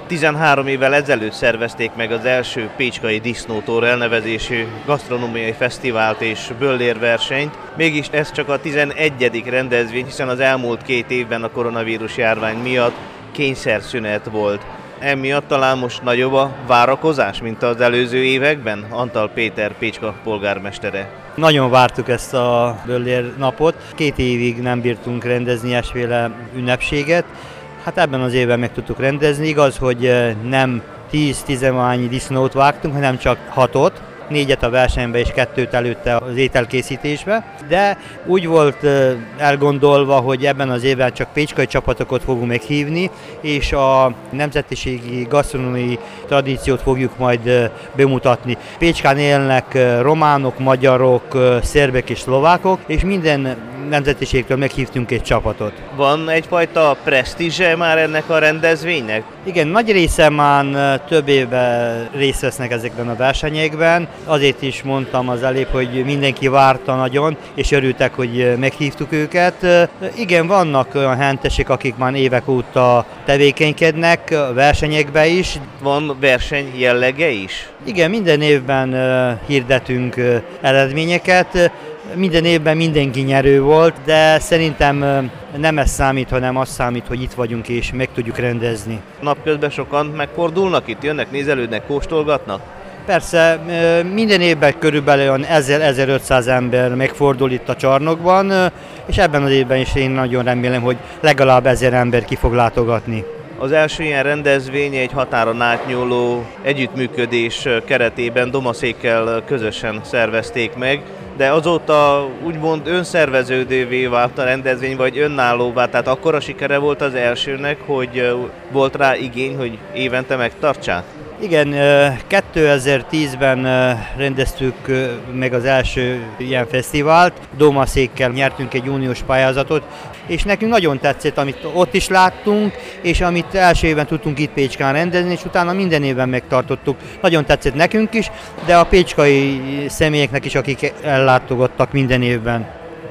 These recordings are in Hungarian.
13 évvel ezelőtt szervezték meg az első Pécskai Disznótor elnevezésű gasztronómiai fesztivált és böllérversenyt. Mégis ez csak a 11. rendezvény, hiszen az elmúlt 2 évben a koronavírus járvány miatt kényszerszünet volt. Emiatt talán most nagyobb a várakozás, mint az előző években? Antal Péter, Pécska polgármestere. Nagyon vártuk ezt a böllér napot. 2 évig nem bírtunk rendezni ilyesféle ünnepséget. Hát ebben az évben meg tudtuk rendezni. Igaz, hogy nem 10-10 disznót vágtunk, hanem csak 6-ot. 4-et a versenybe és 2-t előtte az ételkészítésbe, de úgy volt elgondolva, hogy ebben az évben csak pécskai csapatokat fogunk meghívni, és a nemzetiségi gasztronómiai tradíciót fogjuk majd bemutatni. Pécskán élnek románok, magyarok, szerbek és szlovákok, és minden nemzetiségtől meghívtunk egy csapatot. Van egyfajta presztízse már ennek a rendezvénynek? Igen, nagy része már több évben részt vesznek ezekben a versenyekben. Azért is mondtam az előbb, hogy mindenki várta nagyon, és örültek, hogy meghívtuk őket. Igen, vannak olyan hentesek, akik már évek óta tevékenykednek a versenyekbe is. Van verseny jellege is? Igen, minden évben hirdetünk eredményeket. Minden évben mindenki nyerő volt, de szerintem nem ez számít, hanem az számít, hogy itt vagyunk és meg tudjuk rendezni. Napközben sokan megfordulnak itt, jönnek, nézelődnek, kóstolgatnak? Persze, minden évben körülbelül 1000-1500 ember megfordul itt a csarnokban, és ebben az évben is én nagyon remélem, hogy legalább 1000 ember ki fog látogatni. Az első ilyen rendezvény egy határon átnyúló együttműködés keretében Domaszékkel közösen szervezték meg, de azóta úgymond önszerveződővé vált a rendezvény, vagy önállóvá, tehát akkora sikere volt az elsőnek, hogy volt rá igény, hogy évente megtartsák? Igen, 2010-ben rendeztük meg az első ilyen fesztivált, Domaszékkel nyertünk egy uniós pályázatot, és nekünk nagyon tetszett, amit ott is láttunk, és amit első évben tudtunk itt Pécskán rendezni, és utána minden évben megtartottuk. Nagyon tetszett nekünk is, de a pécskai személyeknek is, akik ellátogattak minden évben.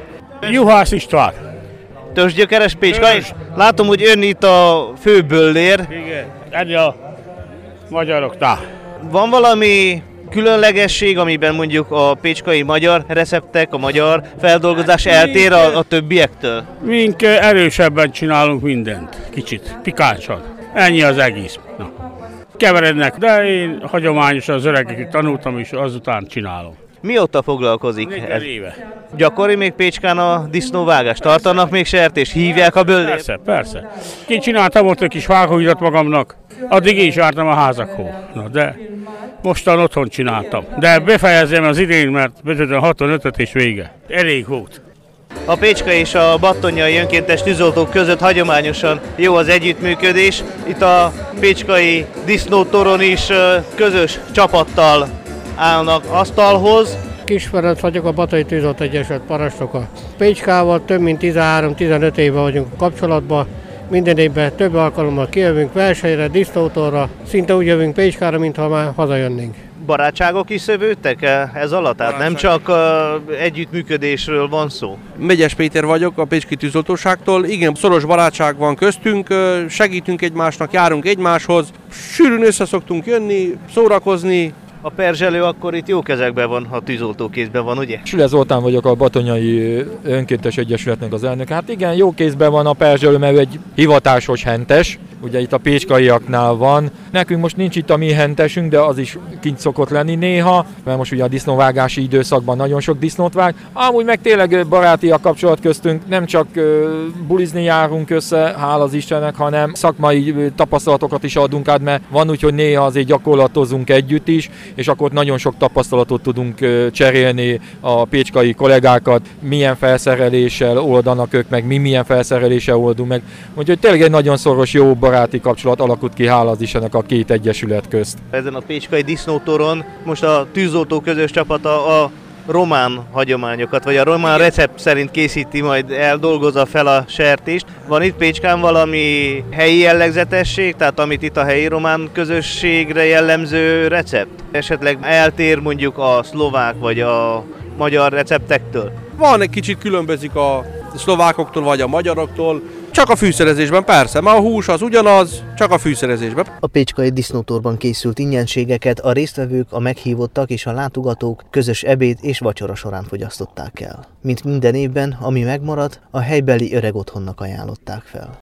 Juhász István. Törzsgyökeres pécskai? Látom, hogy ön itt a főböllér. Igen, ennyi a magyaroknál. Van valami különlegesség, amiben mondjuk a pécskai magyar receptek, a magyar feldolgozás eltér a többiektől? Mink erősebben csinálunk mindent, kicsit, pikánsan. Ennyi az egész. Na. Keverednek, de én hagyományosan az öregekig tanultam, és azután csinálom. Mióta foglalkozik? 40 éve. Gyakori még Pécskán a disznóvágás? Tartanak még sertést? Hívják a böllért? Persze, persze. Én csináltam ott egy kis vágóhidat magamnak, addig én is jártam a házakhoz. Na, de mostan otthon csináltam. De befejezem az idén, mert betöltöm 65-öt és vége. Elég volt. A pécskai és a battonyai önkéntes tűzoltók között hagyományosan jó az együttműködés. Itt a pécskai disznótoron is közös csapattal állnak asztalhoz. Kis Ferenc vagyok, a Batonyi Tűzoltó Egyesület parancsnoka. Pécskával több mint 13-15 éve vagyunk kapcsolatban. Minden évben több alkalommal kijövünk versenyre, disznótorra, szinte úgy jövünk Pécskára, mintha már hazajönnénk. Barátságok is szövődtek ez alatt? Tehát nem csak együttműködésről van szó? Megyes Péter vagyok a Pécski Tűzoltóságtól. Igen, szoros barátság van köztünk, segítünk egymásnak, járunk egymáshoz, sűrűn össze szoktunk jönni, szórakozni. A perzselő akkor itt jó kezekben van, ha tűzoltó kézben van, ugye? Süle Zoltán vagyok, a Batonyai Önkéntes Egyesületnek az elnök. Hát igen, jó kézben van a perzselő, mert egy hivatásos hentes, ugye itt a pécskaiaknál van. Nekünk most nincs itt a mi hentesünk, de az is kint szokott lenni néha, mert most ugye a disznóvágási időszakban nagyon sok disznót vág. Amúgy meg tényleg baráti a kapcsolat köztünk, nem csak bulizni járunk össze, hála az Istennek, hanem szakmai tapasztalatokat is adunk át, mert van úgy, hogy néha azért gyakorlatozunk együtt is, és akkor nagyon sok tapasztalatot tudunk cserélni a pécskai kollégákat, milyen felszereléssel oldanak ők meg, mi milyen felszereléssel oldunk meg. Úgyhogy tényleg egy nagyon szoros, jó baráti kapcsolat alakult ki, hála az Istennek, a két egyesület közt. Ezen a pécskai disznótoron most a tűzoltó közös csapata a román hagyományokat, vagy a román recept szerint készíti, majd eldolgozza fel a sertést. Van itt Pécskán valami helyi jellegzetesség, tehát amit itt a helyi román közösségre jellemző recept? Esetleg eltér mondjuk a szlovák vagy a magyar receptektől? Van, egy kicsit különbözik a szlovákoktól vagy a magyaroktól. Csak a fűszerezésben, persze, mert a hús az ugyanaz, csak a fűszerezésben. A pécskai disznótorban készült ingyenségeket a résztvevők, a meghívottak és a látogatók közös ebéd és vacsora során fogyasztották el. Mint minden évben, ami megmaradt, a helybeli öreg otthonnak ajánlották fel.